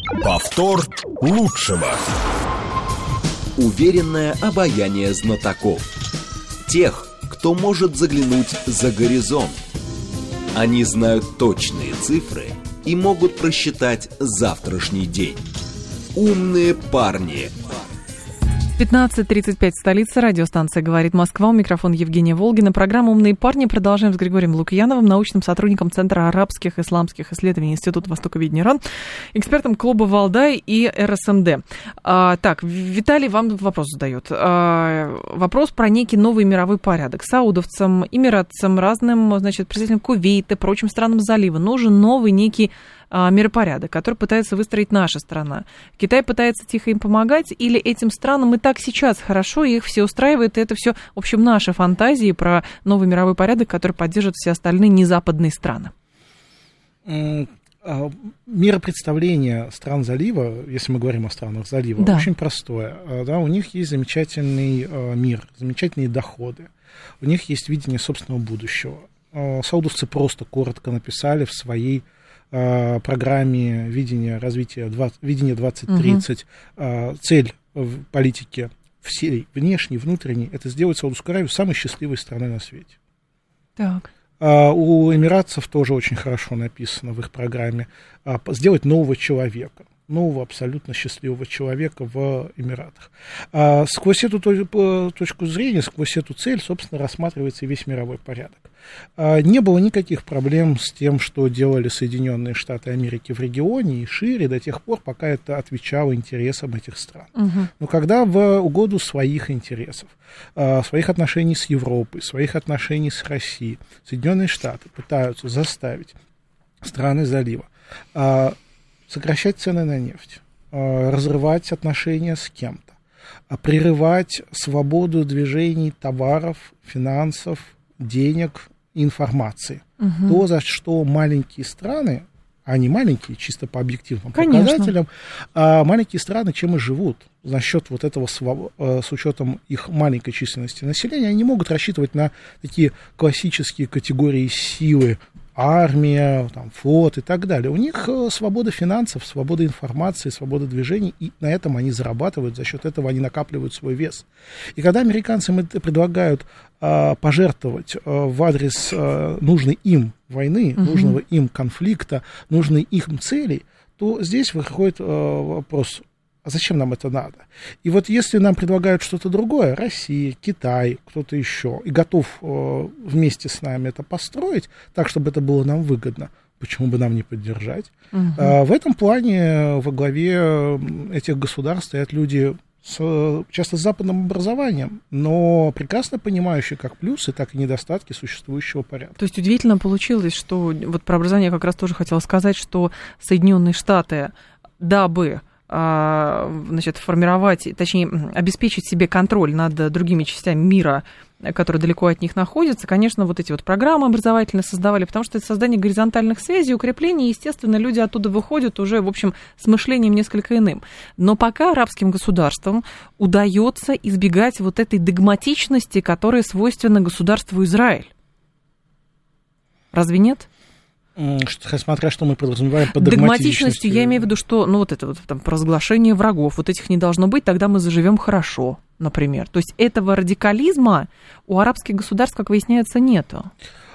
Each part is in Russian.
Повтор лучшего. Уверенное обаяние знатоков. Тех, кто может заглянуть за горизонт. Они знают точные цифры и могут просчитать завтрашний день. Умные парни. 15:35, столица, радиостанция «Говорит Москва». У микрофона Евгения Волгина. Программа «Умные парни». Продолжаем с Григорием Лукьяновым, научным сотрудником Центра арабских и исламских исследований Института Востоковедения РАН, экспертом клуба «Валдай» и РСМД. Так, Виталий вам вопрос задает. Вопрос про некий новый мировой порядок. Саудовцам, эмиратцам, разным, значит, представителям Кувейта, прочим странам залива нужен новый некий миропорядок, который пытается выстроить наша страна. Китай пытается тихо им помогать, или этим странам и так сейчас хорошо, и их все устраивает, и это все, в общем, наши фантазии про новый мировой порядок, который поддерживают все остальные незападные страны? Миропредставление стран залива, если мы говорим о странах залива, да, очень простое. Да, у них есть замечательный мир, замечательные доходы, у них есть видение собственного будущего. Саудовцы просто коротко написали в своей программе видения развития видение 2030, цель в политике всей, внешней, внутренней, это сделать Саудовскую Аравию самой счастливой страной на свете. Так. У эмиратцев тоже очень хорошо написано в их программе сделать нового человека, нового абсолютно счастливого человека в Эмиратах. Сквозь эту точку зрения, сквозь эту цель, собственно, рассматривается и весь мировой порядок. Не было никаких проблем с тем, что делали Соединенные Штаты Америки в регионе и шире до тех пор, пока это отвечало интересам этих стран. Но когда в угоду своих интересов, своих отношений с Европой, своих отношений с Россией, Соединенные Штаты пытаются заставить страны залива сокращать цены на нефть, разрывать отношения с кем-то, прерывать свободу движений товаров, финансов, денег, информации. То, за что маленькие страны, они маленькие, чисто по объективным показателям, маленькие страны чем и живут. За счет вот этого, с учетом их маленькой численности населения, они не могут рассчитывать на такие классические категории силы, армия, там, флот и так далее. У них свобода финансов, свобода информации, свобода движений, и на этом они зарабатывают, за счет этого они накапливают свой вес. И когда американцы предлагают пожертвовать в адрес нужной им войны, нужного им конфликта, нужной им целей, то здесь выходит вопрос: а зачем нам это надо? И вот если нам предлагают что-то другое, Россия, Китай, кто-то еще, и готов вместе с нами это построить так, чтобы это было нам выгодно, почему бы нам не поддержать? В этом плане во главе этих государств стоят люди часто с западным образованием, но прекрасно понимающие как плюсы, так и недостатки существующего порядка. То есть удивительно получилось, что вот про образование я как раз тоже хотела сказать, что Соединенные Штаты, дабы значит, формировать, точнее, обеспечить себе контроль над другими частями мира, которые далеко от них находятся, конечно, вот эти вот программы образовательные создавали, потому что это создание горизонтальных связей, укрепление, и, естественно, люди оттуда выходят уже, в общем, с мышлением несколько иным. Но пока арабским государствам удается избегать вот этой догматичности, которая свойственна государству Израиль. Разве нет? Смотря что мы подразумеваем под догматичностью. Я имею в виду, что ну, вот это вот там провозглашение врагов, вот этих не должно быть, тогда мы заживем хорошо, например. То есть этого радикализма у арабских государств, как выясняется, нету.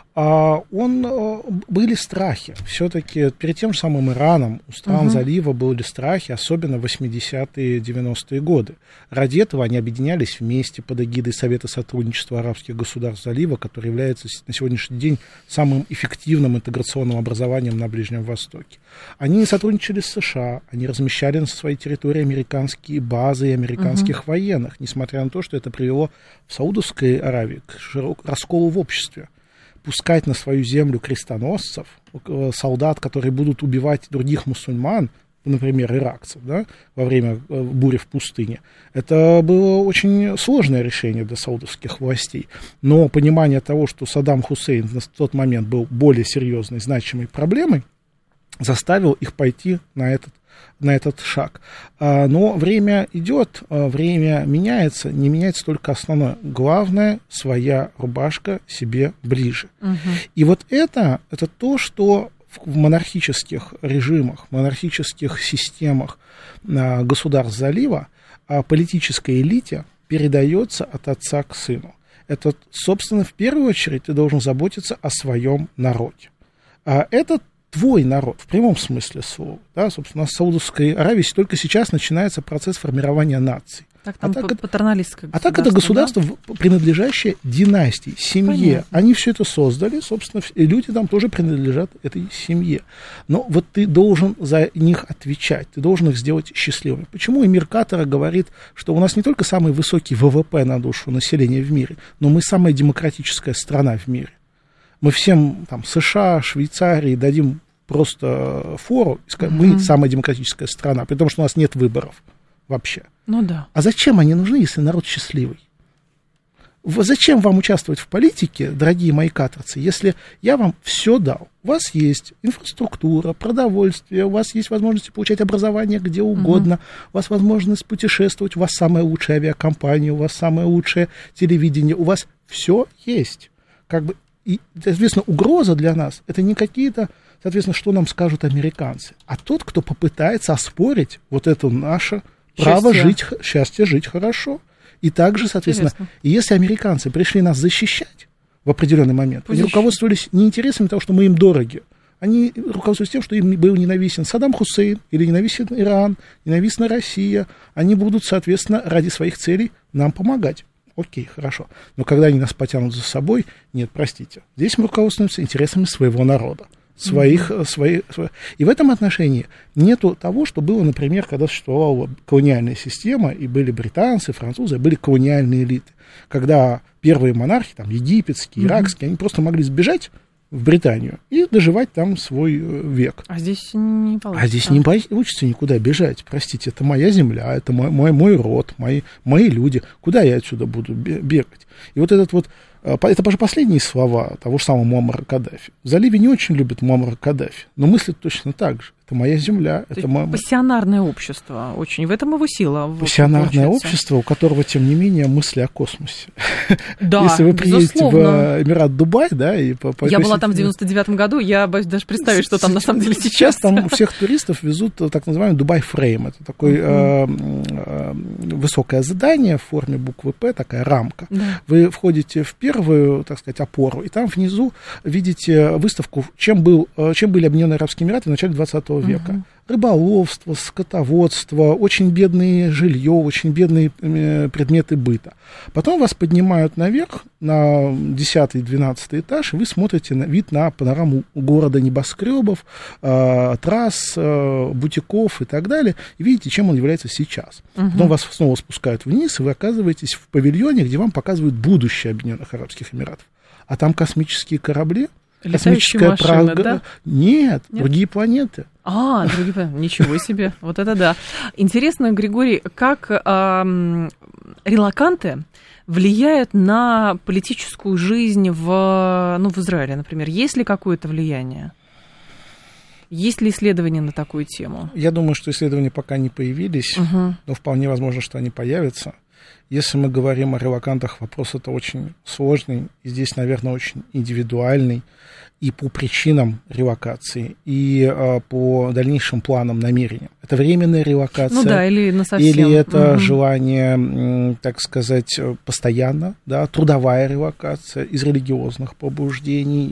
Были страхи. Все-таки перед тем же самым Ираном у стран залива были страхи, особенно в 80-е, 90-е годы. Ради этого они объединялись вместе под эгидой Совета сотрудничества арабских государств залива, который является на сегодняшний день самым эффективным интеграционным образованием на Ближнем Востоке. Они сотрудничали с США, они размещали на своей территории американские базы и американских военных, несмотря на то, что это привело в Саудовской Аравии к расколу в обществе. Пускать на свою землю крестоносцев, солдат, которые будут убивать других мусульман, например, иракцев, да, во время бури в пустыне, это было очень сложное решение для саудовских властей. Но понимание того, что Саддам Хусейн на тот момент был более серьезной, значимой проблемой, заставил их пойти на этот шаг. Но время идет, время меняется, не меняется только основное. Главное, своя рубашка себе ближе. И вот это то, что в монархических режимах, монархических системах государств залива политической элите передается от отца к сыну. Это, собственно, в первую очередь ты должен заботиться о своем народе. Это твой народ, в прямом смысле слова. Да, собственно, у нас в Саудовской Аравии только сейчас начинается процесс формирования наций. Так, там патерналистское государство. А так это государство, да? Принадлежащее династии, семье. Понятно. Они все это создали, собственно, и люди там тоже принадлежат этой семье. Но вот ты должен за них отвечать, ты должен их сделать счастливыми. Почему эмир Катара говорит, что у нас не только самый высокий ВВП на душу населения в мире, но мы самая демократическая страна в мире. Мы всем, там, США, Швейцарии дадим просто фору, и скажем, мы самая демократическая страна, при том, что у нас нет выборов вообще. Ну да. А зачем они нужны, если народ счастливый? Зачем вам участвовать в политике, дорогие мои катарцы, если я вам все дал? У вас есть инфраструктура, продовольствие, у вас есть возможность получать образование где угодно, у вас возможность путешествовать, у вас самая лучшая авиакомпания, у вас самое лучшее телевидение, у вас все есть. Как бы, и, соответственно, угроза для нас — это не какие-то, соответственно, что нам скажут американцы, а тот, кто попытается оспорить вот это наше право жить, счастье жить хорошо. И также, соответственно, если американцы пришли нас защищать в определенный момент, они руководствовались не интересами того, что мы им дороги, они руководствовались тем, что им был ненавистен Саддам Хусейн или ненавистен Иран, ненавистна Россия, они будут, соответственно, ради своих целей нам помогать. Окей, хорошо. Но когда они нас потянут за собой, нет, простите, здесь мы руководствуемся интересами своего народа. Своих. И в этом отношении нету того, что было, например, когда существовала колониальная система, и были британцы, французы, были колониальные элиты. Когда первые монархи, там, египетские, иракские, они просто могли сбежать в Британию и доживать там свой век. А здесь не получится. А здесь не получится никуда бежать. Простите, это моя земля, это мой род, мои люди. Куда я отсюда буду бегать? И вот этот вот, это даже последние слова того же самого Муаммара Каддафи. В заливе не очень любят Муаммара Каддафи, но мыслят точно так же. Это моя земля. Это пассионарное общество очень. В этом его сила. Пассионарное общество, у которого, тем не менее, мысли о космосе. Да, если вы приедете в Эмират Дубай, да, и я была там в 99-м году, я боюсь даже представить, что там на самом деле сейчас. Сейчас там всех туристов везут так называемый Дубай Фрейм. Это такое высокое здание в форме буквы П, такая рамка. Да. Вы входите в первую, так сказать, опору, и там внизу видите выставку, чем были Объединенные Арабские Эмираты в начале 20 века. Рыболовство, скотоводство, очень бедное жилье, очень бедные предметы быта. Потом вас поднимают наверх, на 10-12 этаж, и вы смотрите на вид на панораму города, небоскребов, трасс, бутиков и так далее, и видите, чем он является сейчас. Потом вас снова спускают вниз, и вы оказываетесь в павильоне, где вам показывают будущее Объединенных Арабских Эмиратов. А там космические корабли, космическая машины, да? Нет, другие планеты. Другие планеты. Ничего себе. Вот это да. Интересно, Григорий, как релоканты влияют на политическую жизнь в Израиле, например? Есть ли какое-то влияние? Есть ли исследования на такую тему? Я думаю, что исследования пока не появились, но вполне возможно, что они появятся. Если мы говорим о релокантах, вопрос это очень сложный, и здесь, наверное, очень индивидуальный и по причинам релокации, и по дальнейшим планам, намерениям. Это временная релокация, или насовсем. Или это желание, так сказать, постоянно, да, трудовая релокация из религиозных побуждений,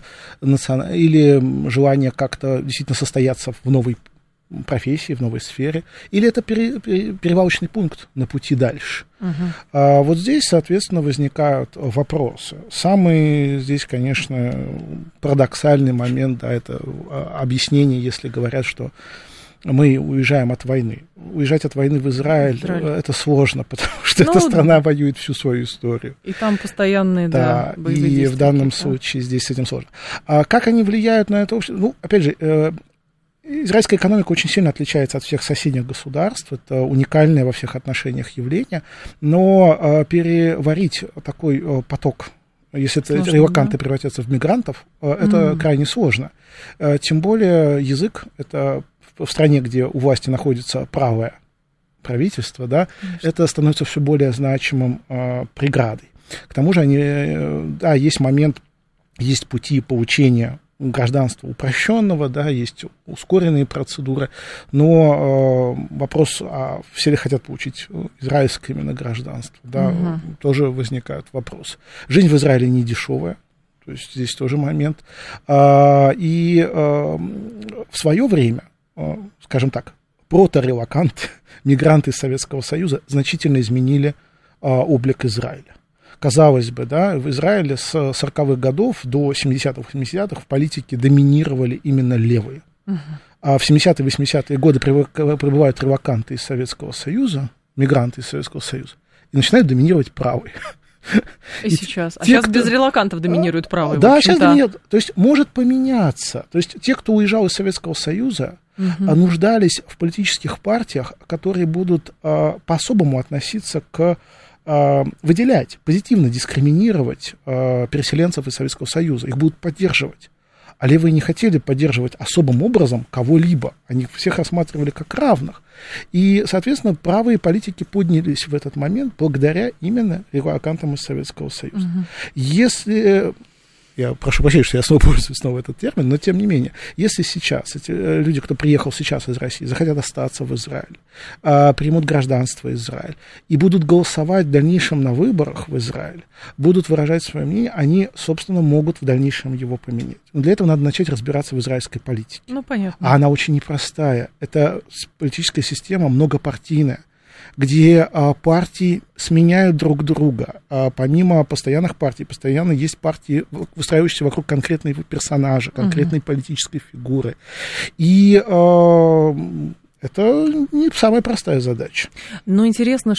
или желание как-то действительно состояться в новой профессии, в новой сфере, или это перевалочный пункт на пути дальше. Вот здесь, соответственно, возникают вопросы. Самый здесь, конечно, парадоксальный момент, да, это объяснение, если говорят, что мы уезжаем от войны. Уезжать от войны в Израиль. Это сложно, потому что эта страна воюет всю свою историю. И там постоянные, боевые действия. И в данном случае здесь с этим сложно. А как они влияют на это общество? Опять же, израильская экономика очень сильно отличается от всех соседних государств, это уникальное во всех отношениях явление, но переварить такой поток, если релоканты превратятся в мигрантов, это крайне сложно. Тем более язык, это в стране, где у власти находится правое правительство, да, это становится все более значимым преградой. К тому же есть момент, есть пути получения гражданства упрощенного, да, есть ускоренные процедуры, но вопрос, все ли хотят получить израильское именно гражданство, да, тоже возникают вопросы. Жизнь в Израиле не дешевая, то есть здесь тоже момент. И в свое время, скажем так, проторелоканты, мигранты из Советского Союза значительно изменили облик Израиля. Казалось бы, да, в Израиле с 40-х годов до 70-х, 80-х в политике доминировали именно левые. А в 70-е, 80-е годы прибывают релоканты из Советского Союза, мигранты из Советского Союза, и начинают доминировать правые. И сейчас. А сейчас без релокантов доминируют правые. Да, сейчас доминируют. То есть может поменяться. То есть те, кто уезжал из Советского Союза, нуждались в политических партиях, которые будут по-особому относиться к выделять, позитивно дискриминировать переселенцев из Советского Союза, их будут поддерживать. А левые не хотели поддерживать особым образом кого-либо, они всех рассматривали как равных. И, соответственно, правые политики поднялись в этот момент благодаря именно релокантам из Советского Союза. Если... Я прошу прощения, что я снова пользуюсь этот термин, но тем не менее, если сейчас эти люди, кто приехал сейчас из России, захотят остаться в Израиле, примут гражданство Израиля и будут голосовать в дальнейшем на выборах в Израиле, будут выражать свое мнение, они, собственно, могут в дальнейшем его поменять. Но для этого надо начать разбираться в израильской политике. Ну, понятно. А она очень непростая. Это политическая система многопартийная, где партии сменяют друг друга. Помимо постоянных партий, постоянно есть партии, выстраивающиеся вокруг конкретного персонажа, конкретной политической фигуры. И это не самая простая задача. Но интересно,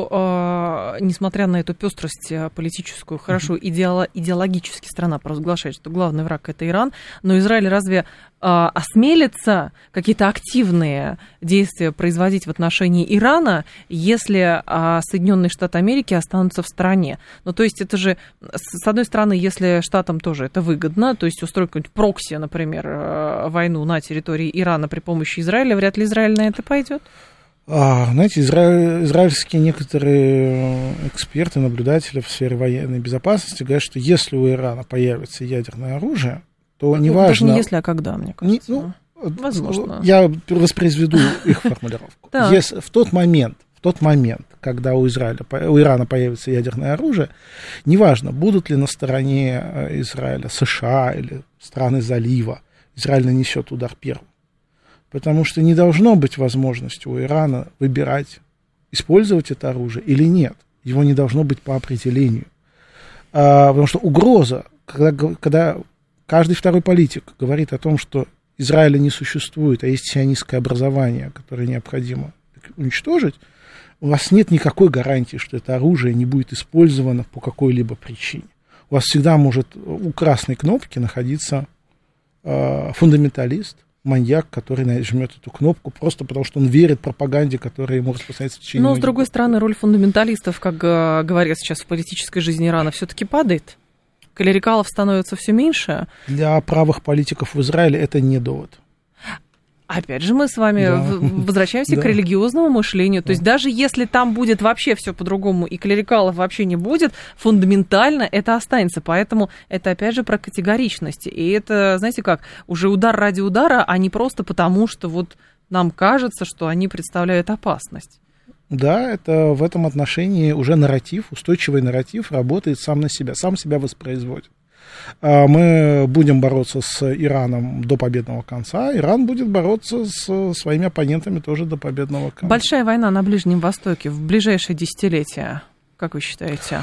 что, несмотря на эту пестрость политическую, хорошо, идеологически страна провозглашает, что главный враг – это Иран, но Израиль разве осмелится какие-то активные действия производить в отношении Ирана, если Соединенные Штаты Америки останутся в стороне? Ну, то есть это же, с одной стороны, если Штатам тоже это выгодно, то есть устроить какой-нибудь прокси, например, войну на территории Ирана при помощи Израиля, вряд ли Израиль на это пойдет? Знаете, израильские некоторые эксперты, наблюдатели в сфере военной безопасности говорят, что если у Ирана появится ядерное оружие, то неважно... Даже не если, а когда, мне кажется. Возможно. Я воспроизведу их формулировку. В тот момент, когда у Ирана появится ядерное оружие, неважно, будут ли на стороне Израиля США или страны залива, Израиль нанесет удар первым. Потому что не должно быть возможности у Ирана выбирать, использовать это оружие или нет. Его не должно быть по определению. Потому что угроза, когда каждый второй политик говорит о том, что Израиля не существует, а есть сионистское образование, которое необходимо уничтожить, у вас нет никакой гарантии, что это оружие не будет использовано по какой-либо причине. У вас всегда может у красной кнопки находиться фундаменталист, маньяк, который нажмет эту кнопку просто потому, что он верит пропаганде, которая ему распространяется в течение... Но, с другой стороны, роль фундаменталистов, как говорят сейчас в политической жизни Ирана, все-таки падает. Клерикалов становится все меньше. Для правых политиков в Израиле это не довод. Опять же, мы с вами возвращаемся к религиозному мышлению. То есть даже если там будет вообще все по-другому, и клерикалов вообще не будет, фундаментально это останется. Поэтому это, опять же, про категоричность. И это, знаете как, уже удар ради удара, а не просто потому, что вот нам кажется, что они представляют опасность. Да, это в этом отношении уже нарратив, устойчивый нарратив работает сам на себя, сам себя воспроизводит. Мы будем бороться с Ираном до победного конца, Иран будет бороться с своими оппонентами тоже до победного конца. Большая война на Ближнем Востоке в ближайшие десятилетия, как вы считаете?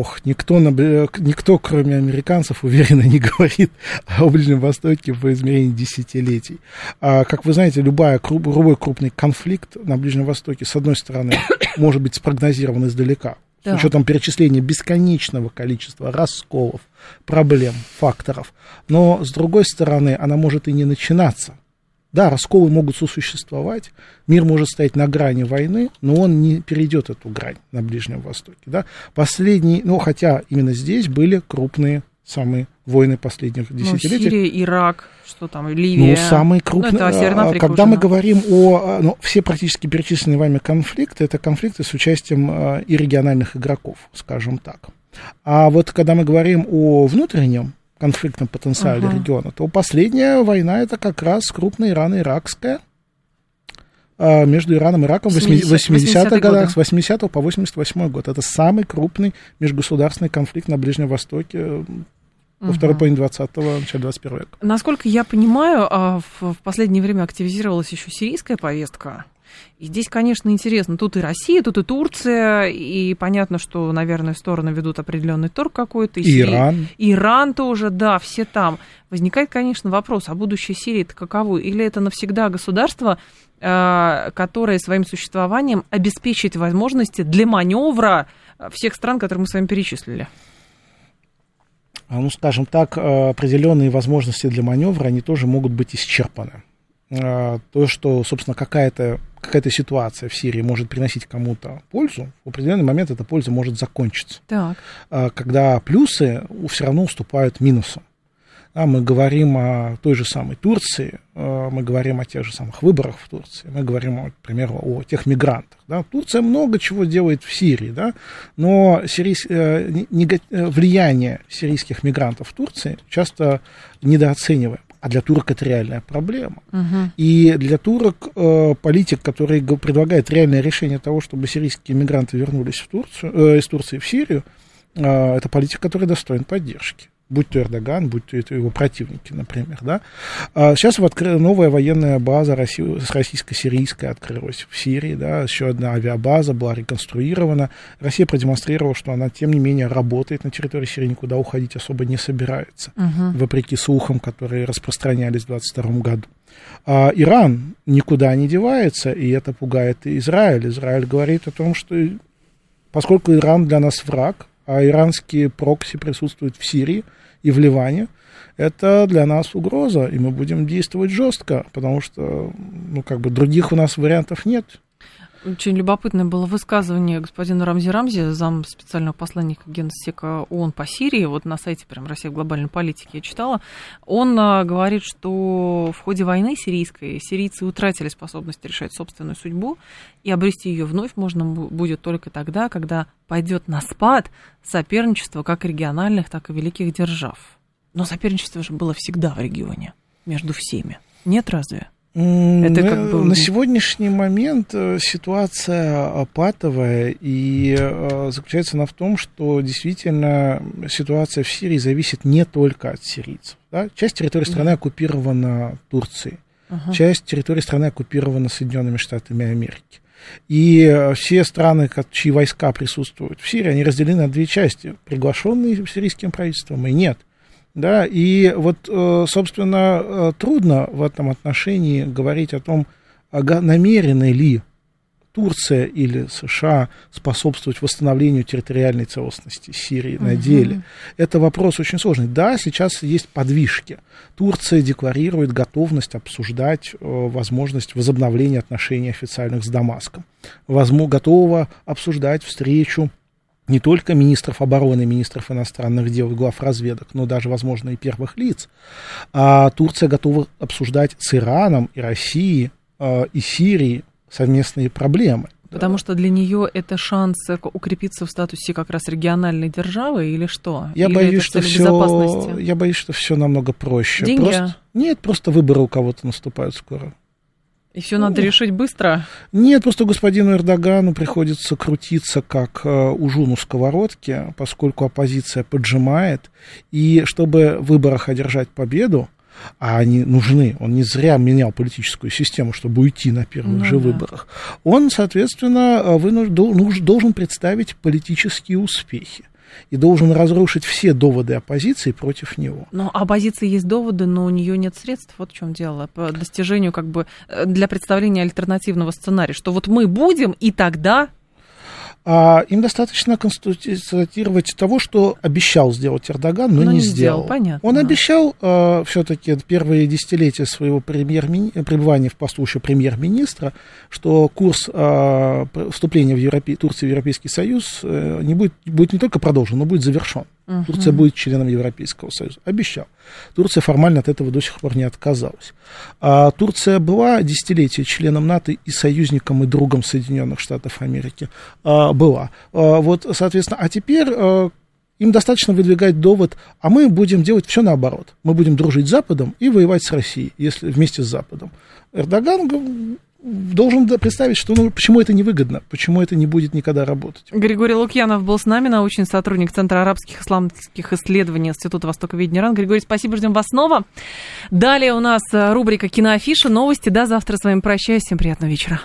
Никто, кроме американцев, уверенно не говорит о Ближнем Востоке в измерении десятилетий. Как вы знаете, любой крупный конфликт на Ближнем Востоке, с одной стороны, может быть спрогнозирован издалека, с учетом перечисления бесконечного количества расколов, проблем, факторов. Но, с другой стороны, она может и не начинаться. Да, расколы могут сосуществовать, мир может стоять на грани войны, но он не перейдет эту грань на Ближнем Востоке. Да? Хотя именно здесь были крупные самые войны последних десятилетий. Сирия, Ирак, что там, Ливия. Самые крупные. Когда мы говорим все практически перечисленные вами конфликты, это конфликты с участием и региональных игроков, скажем так. А вот когда мы говорим о внутреннем конфликтном потенциале региона, то последняя война это как раз крупная ирано-иракская между Ираном и Ираком в 80-х годах, с 80 по 88 год. Это самый крупный межгосударственный конфликт на Ближнем Востоке во второй половине 20-го, начале 21 века. Насколько я понимаю, в последнее время активизировалась еще сирийская повестка. И здесь, конечно, интересно, тут и Россия, тут и Турция, и понятно, что, наверное, стороны ведут определенный торг какой-то. И Иран. Иран тоже, да, все там. Возникает, конечно, вопрос, а будущее Сирии-то каково? Или это навсегда государство, которое своим существованием обеспечит возможности для маневра всех стран, которые мы с вами перечислили? Ну, скажем так, определенные возможности для маневра, они тоже могут быть исчерпаны. То, что, собственно, какая-то ситуация в Сирии может приносить кому-то пользу, в определенный момент эта польза может закончиться. Так. Когда плюсы все равно уступают минусам. Да, мы говорим о той же самой Турции, мы говорим о тех же самых выборах в Турции, мы говорим, например, о тех мигрантах. Да. Турция много чего делает в Сирии, да, но влияние сирийских мигрантов в Турции часто недооцениваем. А для турок это реальная проблема. И для турок политик, который предлагает реальное решение того, чтобы сирийские мигранты вернулись из Турции в Сирию, это политик, который достоин поддержки. Будь то Эрдоган, будь то его противники, например. Да? Сейчас новая военная база российско-сирийская открылась в Сирии. Да? Еще одна авиабаза была реконструирована. Россия продемонстрировала, что она, тем не менее, работает на территории Сирии, никуда уходить особо не собирается, вопреки слухам, которые распространялись в 2022 году. Иран никуда не девается, и это пугает и Израиль. Израиль говорит о том, что поскольку Иран для нас враг, а иранские прокси присутствуют в Сирии и в Ливане, это для нас угроза, и мы будем действовать жестко, потому что, других у нас вариантов нет. Очень любопытное было высказывание господина Рамзи, зам специального посланника Генсека ООН по Сирии, вот на сайте прям «Россия в глобальной политике» я читала. Он говорит, что в ходе войны сирийской сирийцы утратили способность решать собственную судьбу, и обрести ее вновь можно будет только тогда, когда пойдет на спад соперничество как региональных, так и великих держав. Но соперничество же было всегда в регионе, между всеми. Нет, разве? На сегодняшний момент ситуация патовая, и заключается она в том, что действительно ситуация в Сирии зависит не только от сирийцев. Да? Часть территории страны оккупирована Турцией, часть территории страны оккупирована Соединенными Штатами Америки. И все страны, чьи войска присутствуют в Сирии, они разделены на две части, приглашенные сирийским правительством и нет. Да, и вот, собственно, трудно в этом отношении говорить о том, намерены ли Турция или США способствовать восстановлению территориальной целостности Сирии на деле. Это вопрос очень сложный. Да, сейчас есть подвижки. Турция декларирует готовность обсуждать возможность возобновления отношений официальных с Дамаском. Готова обсуждать встречу не только министров обороны, министров иностранных дел и глав разведок, но даже, возможно, и первых лиц. А Турция готова обсуждать с Ираном и Россией и Сирией совместные проблемы. Потому что для нее это шанс укрепиться в статусе как раз региональной державы или что? Я боюсь, что все намного проще. Деньги? Просто выборы у кого-то наступают скоро. И все надо решить быстро? Нет, просто господину Эрдогану приходится крутиться как ужу на сковородке, поскольку оппозиция поджимает. И чтобы в выборах одержать победу, а они нужны, он не зря менял политическую систему, чтобы уйти на первых же выборах, он, соответственно, должен представить политические успехи. И должен разрушить все доводы оппозиции против него. Но оппозиции есть доводы, но у нее нет средств. Вот в чем дело. По достижению, для представления альтернативного сценария. Что вот мы будем, и тогда... Им достаточно констатировать того, что обещал сделать Эрдоган, но не сделал. Понятно. Он обещал все-таки первые десятилетия своего пребывания в посту еще премьер-министра, что курс вступления Турции в Европейский Союз будет не только продолжен, но будет завершен. Турция будет членом Европейского Союза. Обещал. Турция формально от этого до сих пор не отказалась. Турция была десятилетия членом НАТО и союзником, и другом Соединенных Штатов Америки. Была. Вот, соответственно, а теперь им достаточно выдвигать довод, а мы будем делать все наоборот. Мы будем дружить с Западом и воевать с Россией, если вместе с Западом. Эрдоган должен представить, что почему это невыгодно, почему это не будет никогда работать. Григорий Лукьянов был с нами, научный сотрудник Центра арабских и исламских исследований Института Востоковедения РАН. Григорий, спасибо, ждем вас снова. Далее у нас рубрика «Киноафиша», новости. До завтра с вами прощаюсь. Всем приятного вечера.